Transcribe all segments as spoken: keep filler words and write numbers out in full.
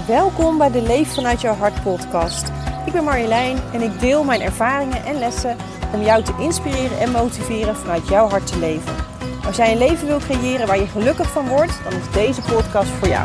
Welkom bij de Leef vanuit jouw hart podcast. Ik ben Marjolein en ik deel mijn ervaringen en lessen om jou te inspireren en motiveren vanuit jouw hart te leven. Als jij een leven wil creëren waar je gelukkig van wordt, dan is deze podcast voor jou.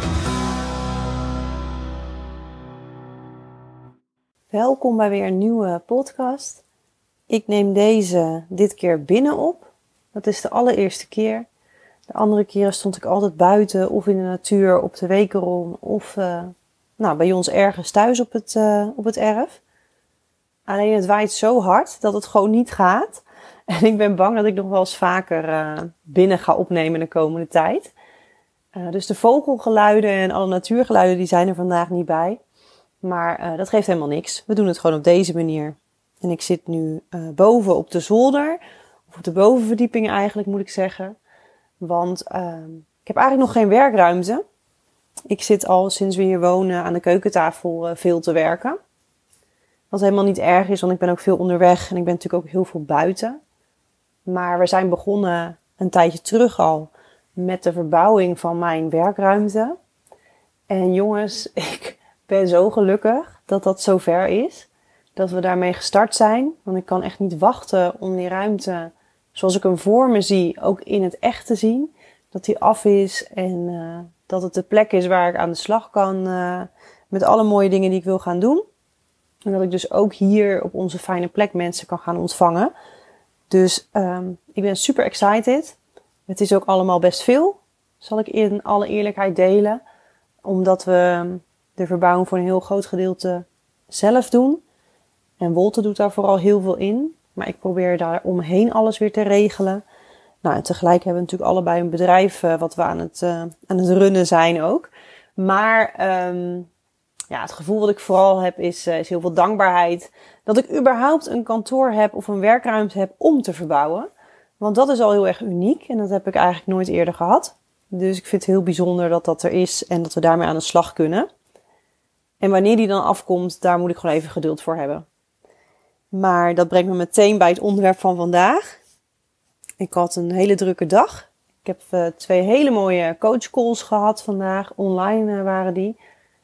Welkom bij weer een nieuwe podcast. Ik neem deze dit keer binnen op. Dat is de allereerste keer. De andere keren stond ik altijd buiten of in de natuur op de wekerom of uh, nou, bij ons ergens thuis op het, uh, op het erf. Alleen het waait zo hard dat het gewoon niet gaat. En ik ben bang dat ik nog wel eens vaker uh, binnen ga opnemen de komende tijd. Uh, dus de vogelgeluiden en alle natuurgeluiden die zijn er vandaag niet bij. Maar uh, dat geeft helemaal niks. We doen het gewoon op deze manier. En ik zit nu uh, boven op de zolder. Of op de bovenverdieping eigenlijk moet ik zeggen. Want uh, ik heb eigenlijk nog geen werkruimte. Ik zit al sinds we hier wonen aan de keukentafel uh, veel te werken. Wat helemaal niet erg is, want ik ben ook veel onderweg. En ik ben natuurlijk ook heel veel buiten. Maar we zijn begonnen een tijdje terug al met de verbouwing van mijn werkruimte. En jongens, ik ben zo gelukkig dat dat zover is. Dat we daarmee gestart zijn. Want ik kan echt niet wachten om die ruimte, zoals ik hem voor me zie, ook in het echt te zien. Dat die af is en uh, dat het de plek is waar ik aan de slag kan uh, met alle mooie dingen die ik wil gaan doen. En dat ik dus ook hier op onze fijne plek mensen kan gaan ontvangen. Dus um, ik ben super excited. Het is ook allemaal best veel, zal ik in alle eerlijkheid delen. Omdat we de verbouwing voor een heel groot gedeelte zelf doen. En Wolte doet daar vooral heel veel in. Maar ik probeer daar omheen alles weer te regelen. Nou, en tegelijk hebben we natuurlijk allebei een bedrijf uh, wat we aan het, uh, aan het runnen zijn ook. Maar um, ja, het gevoel wat ik vooral heb is, uh, is heel veel dankbaarheid. Dat ik überhaupt een kantoor heb of een werkruimte heb om te verbouwen. Want dat is al heel erg uniek en dat heb ik eigenlijk nooit eerder gehad. Dus ik vind het heel bijzonder dat dat er is en dat we daarmee aan de slag kunnen. En wanneer die dan afkomt, daar moet ik gewoon even geduld voor hebben. Maar dat brengt me meteen bij het onderwerp van vandaag. Ik had een hele drukke dag. Ik heb uh, twee hele mooie coachcalls gehad vandaag. Online uh, waren die.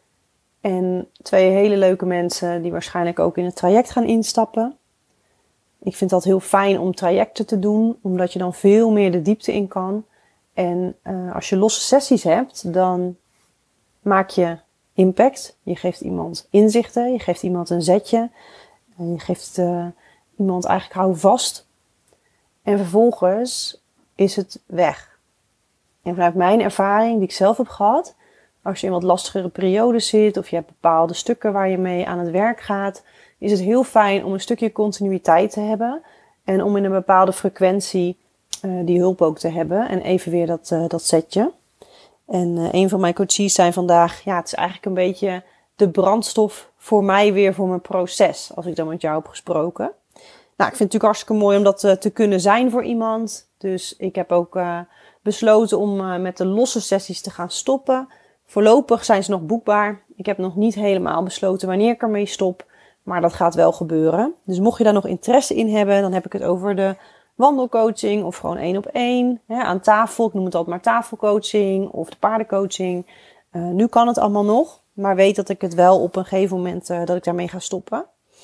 En twee hele leuke mensen die waarschijnlijk ook in het traject gaan instappen. Ik vind dat heel fijn om trajecten te doen. Omdat je dan veel meer de diepte in kan. En uh, als je losse sessies hebt, dan maak je impact. Je geeft iemand inzichten. Je geeft iemand een zetje. En je geeft uh, iemand eigenlijk hou vast. En vervolgens is het weg. En vanuit mijn ervaring die ik zelf heb gehad. Als je in wat lastigere periodes zit. Of je hebt bepaalde stukken waar je mee aan het werk gaat. Is het heel fijn om een stukje continuïteit te hebben. En om in een bepaalde frequentie uh, die hulp ook te hebben. En even weer dat, uh, dat setje. En uh, een van mijn coaches zei vandaag. Ja, het is eigenlijk een beetje de brandstof voor mij weer voor mijn proces. Als ik dan met jou heb gesproken. Nou, ik vind het natuurlijk hartstikke mooi om dat uh, te kunnen zijn voor iemand. Dus ik heb ook uh, besloten om uh, met de losse sessies te gaan stoppen. Voorlopig zijn ze nog boekbaar. Ik heb nog niet helemaal besloten wanneer ik ermee stop. Maar dat gaat wel gebeuren. Dus mocht je daar nog interesse in hebben, dan heb ik het over de wandelcoaching of gewoon één op één. Hè, aan tafel, ik noem het altijd maar tafelcoaching of de paardencoaching. Uh, nu kan het allemaal nog. Maar weet dat ik het wel op een gegeven moment uh, dat ik daarmee ga stoppen.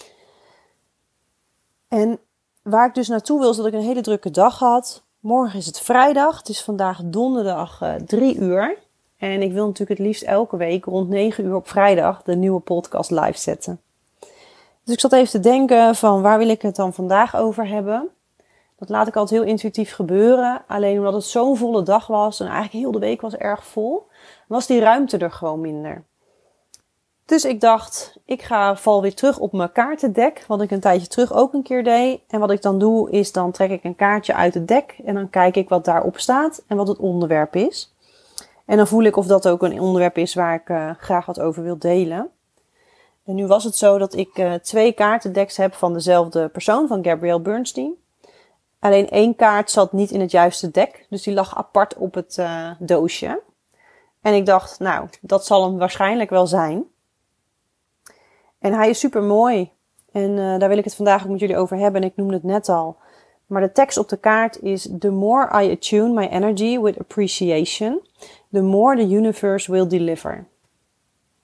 En waar ik dus naartoe wil is dat ik een hele drukke dag had. Morgen is het vrijdag. Het is vandaag donderdag uh, drie uur. En ik wil natuurlijk het liefst elke week rond negen uur op vrijdag de nieuwe podcast live zetten. Dus ik zat even te denken van waar wil ik het dan vandaag over hebben. Dat laat ik altijd heel intuïtief gebeuren. Alleen omdat het zo'n volle dag was en eigenlijk heel de week was erg vol. Was die ruimte er gewoon minder. Dus ik dacht, ik ga val weer terug op mijn kaartendek, wat ik een tijdje terug ook een keer deed. En wat ik dan doe, is dan trek ik een kaartje uit het dek en dan kijk ik wat daarop staat en wat het onderwerp is. En dan voel ik of dat ook een onderwerp is waar ik uh, graag wat over wil delen. En nu was het zo dat ik uh, twee kaartendeks heb van dezelfde persoon, van Gabrielle Bernstein. Alleen één kaart zat niet in het juiste dek, dus die lag apart op het uh, doosje. En ik dacht, nou, dat zal hem waarschijnlijk wel zijn. En hij is super mooi. En uh, daar wil ik het vandaag ook met jullie over hebben. En ik noemde het net al. Maar de tekst op de kaart is: The more I attune my energy with appreciation, the more the universe will deliver.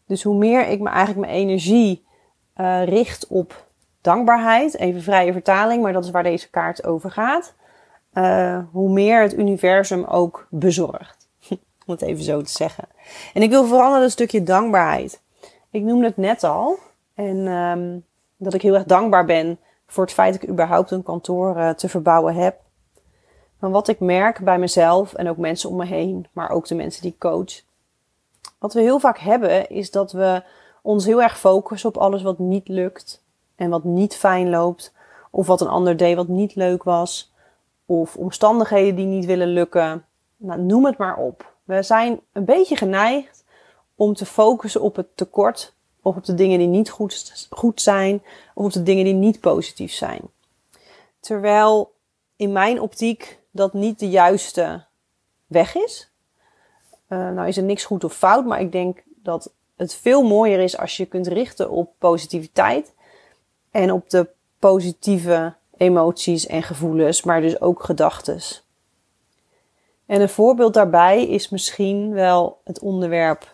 Dus hoe meer ik me eigenlijk mijn energie uh, richt op dankbaarheid, even vrije vertaling, maar dat is waar deze kaart over gaat, uh, hoe meer het universum ook bezorgt. Om het even zo te zeggen. En ik wil vooral naar een stukje dankbaarheid. Ik noemde het net al. En um, dat ik heel erg dankbaar ben voor het feit dat ik überhaupt een kantoor uh, te verbouwen heb. Maar wat ik merk bij mezelf en ook mensen om me heen, maar ook de mensen die ik coach. Wat we heel vaak hebben is dat we ons heel erg focussen op alles wat niet lukt. En wat niet fijn loopt. Of wat een ander deed wat niet leuk was. Of omstandigheden die niet willen lukken. Nou, noem het maar op. We zijn een beetje geneigd om te focussen op het tekort. Of op de dingen die niet goed, goed zijn. Of op de dingen die niet positief zijn. Terwijl in mijn optiek dat niet de juiste weg is. Uh, nou is er niks goed of fout. Maar ik denk dat het veel mooier is als je kunt richten op positiviteit. En op de positieve emoties en gevoelens. Maar dus ook gedachtes. En een voorbeeld daarbij is misschien wel het onderwerp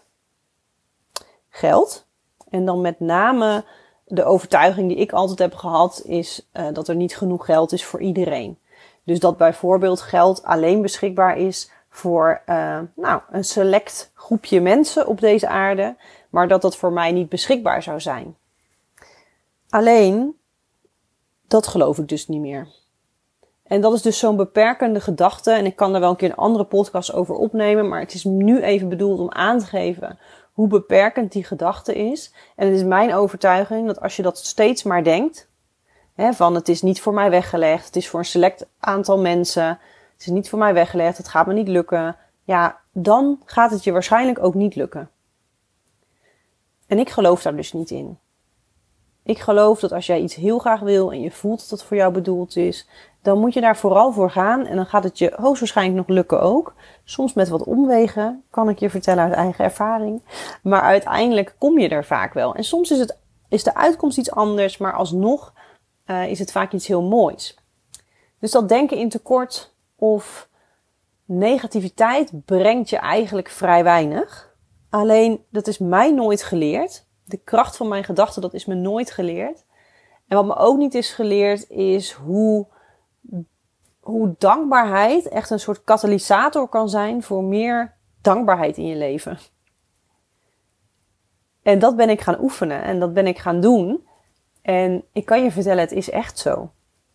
geld. En dan met name de overtuiging die ik altijd heb gehad is uh, dat er niet genoeg geld is voor iedereen. Dus dat bijvoorbeeld geld alleen beschikbaar is voor uh, nou, een select groepje mensen op deze aarde. Maar dat dat voor mij niet beschikbaar zou zijn. Alleen, dat geloof ik dus niet meer. En dat is dus zo'n beperkende gedachte. En ik kan er wel een keer een andere podcast over opnemen. Maar het is nu even bedoeld om aan te geven hoe beperkend die gedachte is. En het is mijn overtuiging dat als je dat steeds maar denkt. Hè, van het is niet voor mij weggelegd. Het is voor een select aantal mensen. Het is niet voor mij weggelegd. Het gaat me niet lukken. Ja, dan gaat het je waarschijnlijk ook niet lukken. En ik geloof daar dus niet in. Ik geloof dat als jij iets heel graag wil en je voelt dat het voor jou bedoeld is, dan moet je daar vooral voor gaan en dan gaat het je hoogstwaarschijnlijk nog lukken ook. Soms met wat omwegen, kan ik je vertellen uit eigen ervaring. Maar uiteindelijk kom je er vaak wel. En soms is, het, is de uitkomst iets anders, maar alsnog uh, is het vaak iets heel moois. Dus dat denken in tekort of negativiteit brengt je eigenlijk vrij weinig. Alleen, dat is mij nooit geleerd. De kracht van mijn gedachten, dat is me nooit geleerd. En wat me ook niet is geleerd, is hoe, hoe dankbaarheid echt een soort katalysator kan zijn voor meer dankbaarheid in je leven. En dat ben ik gaan oefenen en dat ben ik gaan doen. En ik kan je vertellen, het is echt zo.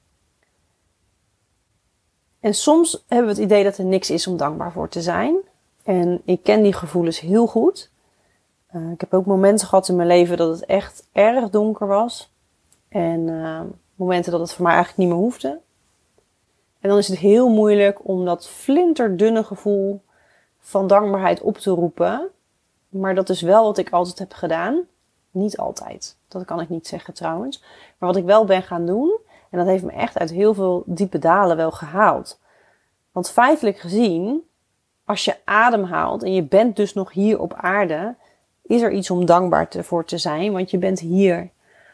En soms hebben we het idee dat er niks is om dankbaar voor te zijn. En ik ken die gevoelens heel goed. Uh, ik heb ook momenten gehad in mijn leven dat het echt erg donker was. En uh, momenten dat het voor mij eigenlijk niet meer hoefde. En dan is het heel moeilijk om dat flinterdunne gevoel van dankbaarheid op te roepen. Maar dat is wel wat ik altijd heb gedaan. Niet altijd. Dat kan ik niet zeggen trouwens. Maar wat ik wel ben gaan doen. En dat heeft me echt uit heel veel diepe dalen wel gehaald. Want feitelijk gezien, als je ademhaalt en je bent dus nog hier op aarde, is er iets om dankbaar te, voor te zijn, want je bent hier.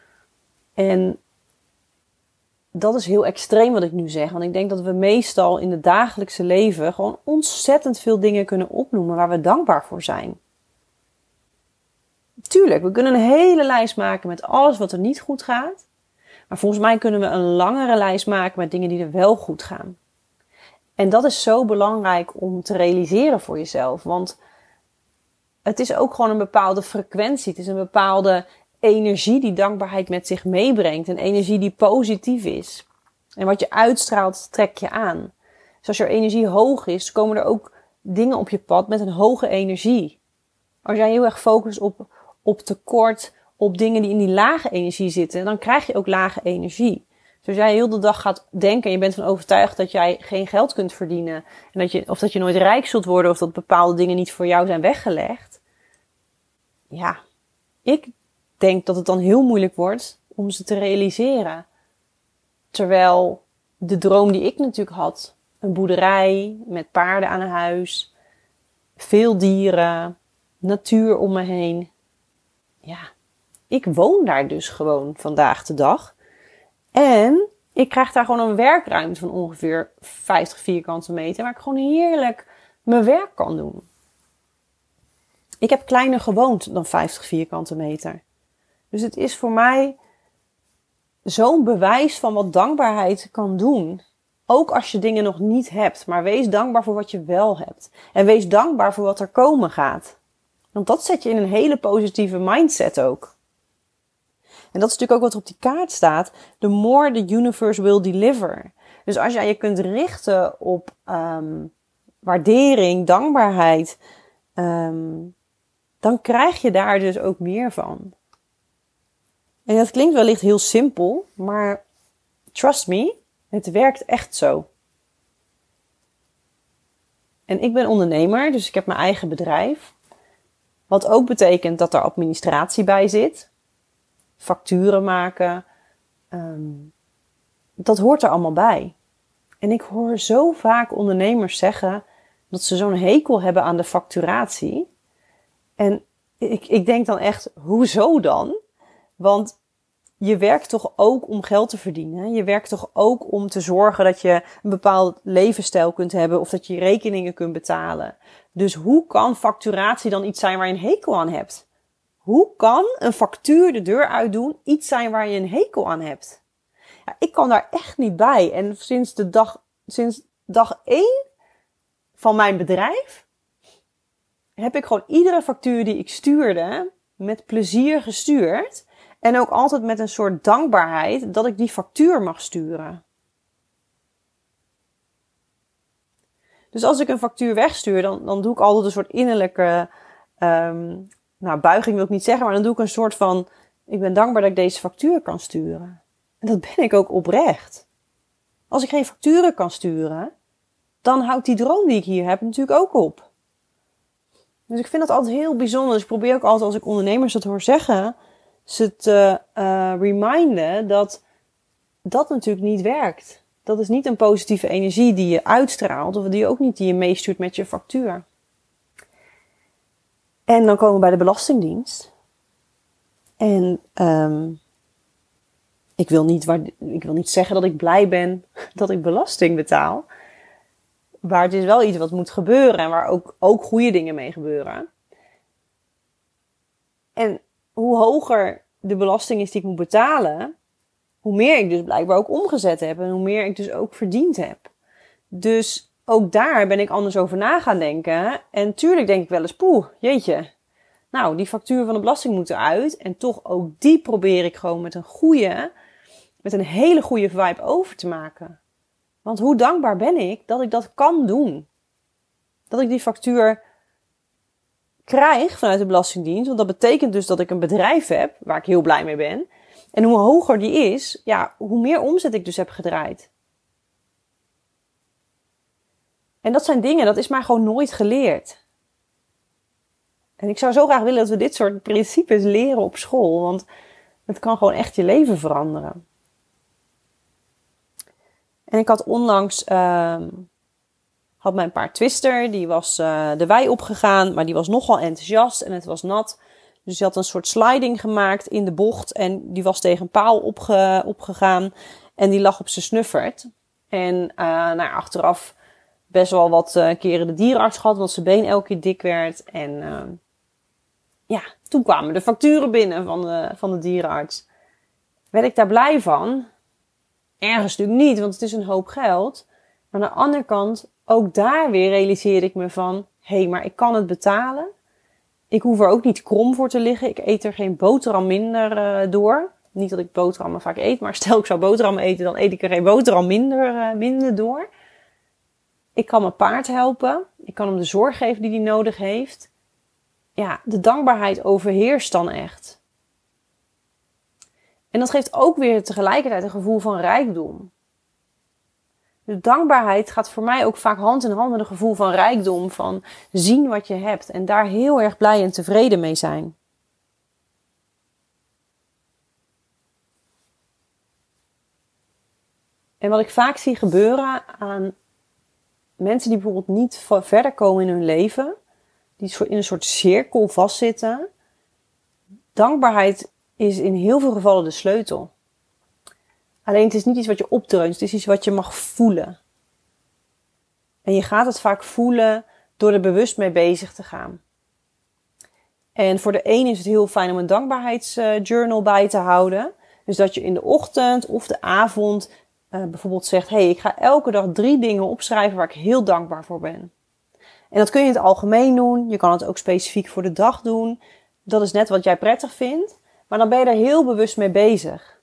En dat is heel extreem wat ik nu zeg, want ik denk dat we meestal in het dagelijkse leven gewoon ontzettend veel dingen kunnen opnoemen waar we dankbaar voor zijn. Tuurlijk, we kunnen een hele lijst maken met alles wat er niet goed gaat. Maar volgens mij kunnen we een langere lijst maken met dingen die er wel goed gaan. En dat is zo belangrijk om te realiseren voor jezelf. Want het is ook gewoon een bepaalde frequentie. Het is een bepaalde energie die dankbaarheid met zich meebrengt. Een energie die positief is. En wat je uitstraalt, trek je aan. Dus als je energie hoog is, komen er ook dingen op je pad met een hoge energie. Als jij heel erg focust op, op tekort, op dingen die in die lage energie zitten, dan krijg je ook lage energie. Dus als jij heel de dag gaat denken en je bent van overtuigd dat jij geen geld kunt verdienen, en dat je, of dat je nooit rijk zult worden, of dat bepaalde dingen niet voor jou zijn weggelegd. Ja, ik denk dat het dan heel moeilijk wordt om ze te realiseren. Terwijl de droom die ik natuurlijk had, een boerderij met paarden aan huis, veel dieren, natuur om me heen. Ja, ik woon daar dus gewoon vandaag de dag. En ik krijg daar gewoon een werkruimte van ongeveer vijftig vierkante meter, waar ik gewoon heerlijk mijn werk kan doen. Ik heb kleiner gewoond dan vijftig vierkante meter. Dus het is voor mij zo'n bewijs van wat dankbaarheid kan doen. Ook als je dingen nog niet hebt. Maar wees dankbaar voor wat je wel hebt. En wees dankbaar voor wat er komen gaat. Want dat zet je in een hele positieve mindset ook. En dat is natuurlijk ook wat er op die kaart staat. The more the universe will deliver. Dus als jij je kunt richten op um, waardering, dankbaarheid, um, dan krijg je daar dus ook meer van. En dat klinkt wellicht heel simpel, maar trust me, het werkt echt zo. En ik ben ondernemer, dus ik heb mijn eigen bedrijf. Wat ook betekent dat er administratie bij zit. Facturen maken. Um, dat hoort er allemaal bij. En ik hoor zo vaak ondernemers zeggen dat ze zo'n hekel hebben aan de facturatie. En ik, ik denk dan echt, hoezo dan? Want je werkt toch ook om geld te verdienen. Je werkt toch ook om te zorgen dat je een bepaald levensstijl kunt hebben of dat je je rekeningen kunt betalen. Dus hoe kan facturatie dan iets zijn waar je een hekel aan hebt? Hoe kan een factuur de deur uitdoen iets zijn waar je een hekel aan hebt? Ja, ik kan daar echt niet bij. En sinds de dag, sinds dag één van mijn bedrijf heb ik gewoon iedere factuur die ik stuurde met plezier gestuurd. En ook altijd met een soort dankbaarheid dat ik die factuur mag sturen. Dus als ik een factuur wegstuur, dan, dan doe ik altijd een soort innerlijke, um, nou buiging wil ik niet zeggen, maar dan doe ik een soort van, ik ben dankbaar dat ik deze factuur kan sturen. En dat ben ik ook oprecht. Als ik geen facturen kan sturen, dan houdt die droom die ik hier heb natuurlijk ook op. Dus ik vind dat altijd heel bijzonder. Dus ik probeer ook altijd als ik ondernemers dat hoor zeggen, ze te uh, reminden dat dat natuurlijk niet werkt. Dat is niet een positieve energie die je uitstraalt of die ook niet die je meestuurt met je factuur. En dan komen we bij de Belastingdienst. En um, ik, wil niet waar, ik wil niet zeggen dat ik blij ben dat ik belasting betaal. Maar het is wel iets wat moet gebeuren en waar ook, ook goede dingen mee gebeuren. En hoe hoger de belasting is die ik moet betalen, hoe meer ik dus blijkbaar ook omgezet heb en hoe meer ik dus ook verdiend heb. Dus ook daar ben ik anders over na gaan denken. En tuurlijk denk ik wel eens, poeh, jeetje. Nou, die factuur van de belasting moet eruit. En toch ook die probeer ik gewoon met een goede, met een hele goede vibe over te maken. Want hoe dankbaar ben ik dat ik dat kan doen. Dat ik die factuur krijg vanuit de Belastingdienst. Want dat betekent dus dat ik een bedrijf heb, waar ik heel blij mee ben. En hoe hoger die is, ja, hoe meer omzet ik dus heb gedraaid. En dat zijn dingen, dat is mij gewoon nooit geleerd. En ik zou zo graag willen dat we dit soort principes leren op school. Want het kan gewoon echt je leven veranderen. En ik had onlangs, uh, had mijn paard Twister, die was uh, de wei opgegaan, maar die was nogal enthousiast en het was nat. Dus die had een soort sliding gemaakt in de bocht en die was tegen een paal opge, opgegaan en die lag op zijn snuffert. En uh, nou ja, achteraf best wel wat uh, keren de dierenarts gehad, want zijn been elke keer dik werd. En uh, ja, toen kwamen de facturen binnen van de, van de dierenarts. Werd ik daar blij van? Ergens natuurlijk niet, want het is een hoop geld. Maar aan de andere kant, ook daar weer realiseerde ik me van, hé, hey, maar ik kan het betalen. Ik hoef er ook niet krom voor te liggen. Ik eet er geen boterham minder uh, door. Niet dat ik boterhammen vaak eet, maar stel ik zou boterhammen eten, dan eet ik er geen boterham minder, uh, minder door. Ik kan mijn paard helpen. Ik kan hem de zorg geven die hij nodig heeft. Ja, de dankbaarheid overheerst dan echt. En dat geeft ook weer tegelijkertijd een gevoel van rijkdom. De dankbaarheid gaat voor mij ook vaak hand in hand met een gevoel van rijkdom. Van zien wat je hebt en daar heel erg blij en tevreden mee zijn. En wat ik vaak zie gebeuren aan mensen die bijvoorbeeld niet verder komen in hun leven. Die in een soort cirkel vastzitten. Dankbaarheid is in heel veel gevallen de sleutel. Alleen het is niet iets wat je opdreunt. Het is iets wat je mag voelen. En je gaat het vaak voelen door er bewust mee bezig te gaan. En voor de een is het heel fijn om een dankbaarheidsjournal bij te houden. Dus dat je in de ochtend of de avond uh, bijvoorbeeld zegt, hey, ik ga elke dag drie dingen opschrijven waar ik heel dankbaar voor ben. En dat kun je in het algemeen doen. Je kan het ook specifiek voor de dag doen. Dat is net wat jij prettig vindt. Maar dan ben je er heel bewust mee bezig.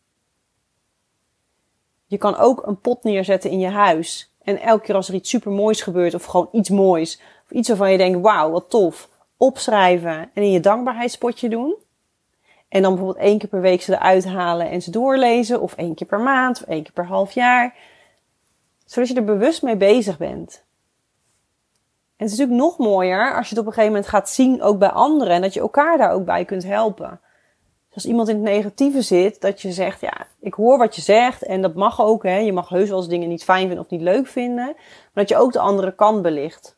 Je kan ook een pot neerzetten in je huis. En elke keer als er iets supermoois gebeurt of gewoon iets moois. Of iets waarvan je denkt, wauw, wat tof. Opschrijven en in je dankbaarheidspotje doen. En dan bijvoorbeeld één keer per week ze eruit halen en ze doorlezen. Of één keer per maand of één keer per half jaar. Zodat je er bewust mee bezig bent. En het is natuurlijk nog mooier als je het op een gegeven moment gaat zien ook bij anderen. En dat je elkaar daar ook bij kunt helpen. Dus als iemand in het negatieve zit, dat je zegt, ja, ik hoor wat je zegt. En dat mag ook, hè. Je mag heus wel eens dingen niet fijn vinden of niet leuk vinden. Maar dat je ook de andere kant belicht.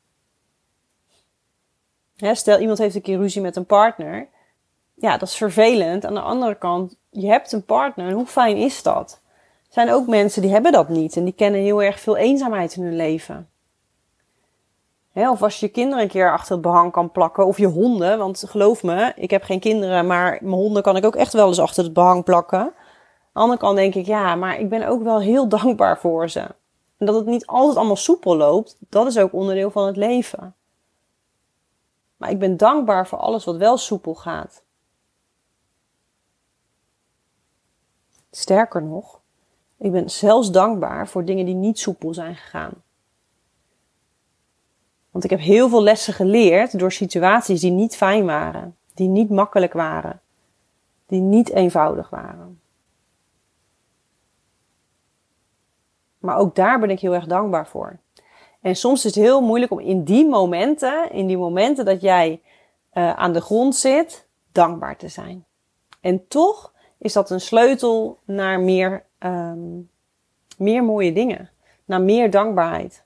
Hè, stel, iemand heeft een keer ruzie met een partner. Ja, dat is vervelend. Aan de andere kant, je hebt een partner. En hoe fijn is dat? Er zijn ook mensen die hebben dat niet. En die kennen heel erg veel eenzaamheid in hun leven. He, of als je je kinderen een keer achter het behang kan plakken. Of je honden. Want geloof me, ik heb geen kinderen. Maar mijn honden kan ik ook echt wel eens achter het behang plakken. Aan de andere kant denk ik, ja, maar ik ben ook wel heel dankbaar voor ze. En dat het niet altijd allemaal soepel loopt. Dat is ook onderdeel van het leven. Maar ik ben dankbaar voor alles wat wel soepel gaat. Sterker nog, ik ben zelfs dankbaar voor dingen die niet soepel zijn gegaan. Want ik heb heel veel lessen geleerd door situaties die niet fijn waren. Die niet makkelijk waren. Die niet eenvoudig waren. Maar ook daar ben ik heel erg dankbaar voor. En soms is het heel moeilijk om in die momenten, in die momenten dat jij uh, aan de grond zit, dankbaar te zijn. En toch is dat een sleutel naar meer, um, meer mooie dingen. Naar meer dankbaarheid.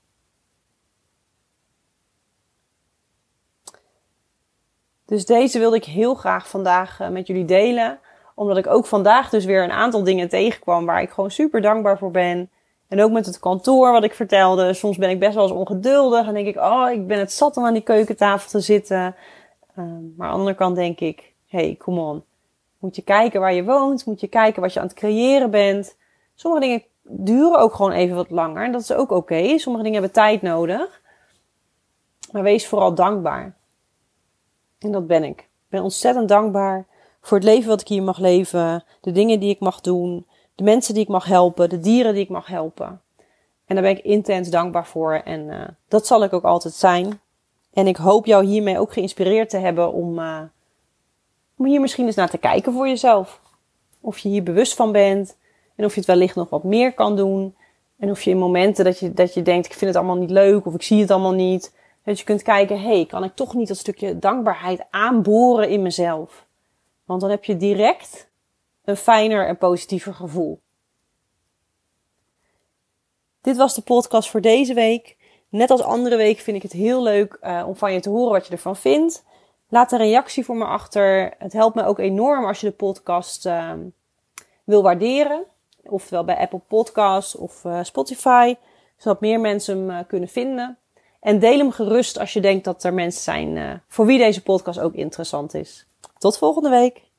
Dus deze wilde ik heel graag vandaag uh, met jullie delen. Omdat ik ook vandaag dus weer een aantal dingen tegenkwam waar ik gewoon super dankbaar voor ben. En ook met het kantoor wat ik vertelde. Soms ben ik best wel eens ongeduldig. En denk ik, oh, ik ben het zat om aan die keukentafel te zitten. Um, maar aan de andere kant denk ik, hey, come on. Moet je kijken waar je woont. Moet je kijken wat je aan het creëren bent. Sommige dingen duren ook gewoon even wat langer. En dat is ook oké. Okay. Sommige dingen hebben tijd nodig. Maar wees vooral dankbaar. En dat ben ik. Ik ben ontzettend dankbaar voor het leven wat ik hier mag leven. De dingen die ik mag doen. De mensen die ik mag helpen. De dieren die ik mag helpen. En daar ben ik intens dankbaar voor. En uh, dat zal ik ook altijd zijn. En ik hoop jou hiermee ook geïnspireerd te hebben om, uh, om hier misschien eens naar te kijken voor jezelf. Of je hier bewust van bent. En of je het wellicht nog wat meer kan doen. En of je in momenten dat je, dat je denkt, ik vind het allemaal niet leuk. Of ik zie het allemaal niet. Dat je kunt kijken, hé, hey, kan ik toch niet dat stukje dankbaarheid aanboren in mezelf? Want dan heb je direct een fijner en positiever gevoel. Dit was de podcast voor deze week. Net als andere week vind ik het heel leuk uh, om van je te horen wat je ervan vindt. Laat een reactie voor me achter. Het helpt me ook enorm als je de podcast uh, wil waarderen. Oftewel bij Apple Podcasts of uh, Spotify. Zodat meer mensen hem uh, kunnen vinden. En deel hem gerust als je denkt dat er mensen zijn uh, voor wie deze podcast ook interessant is. Tot volgende week.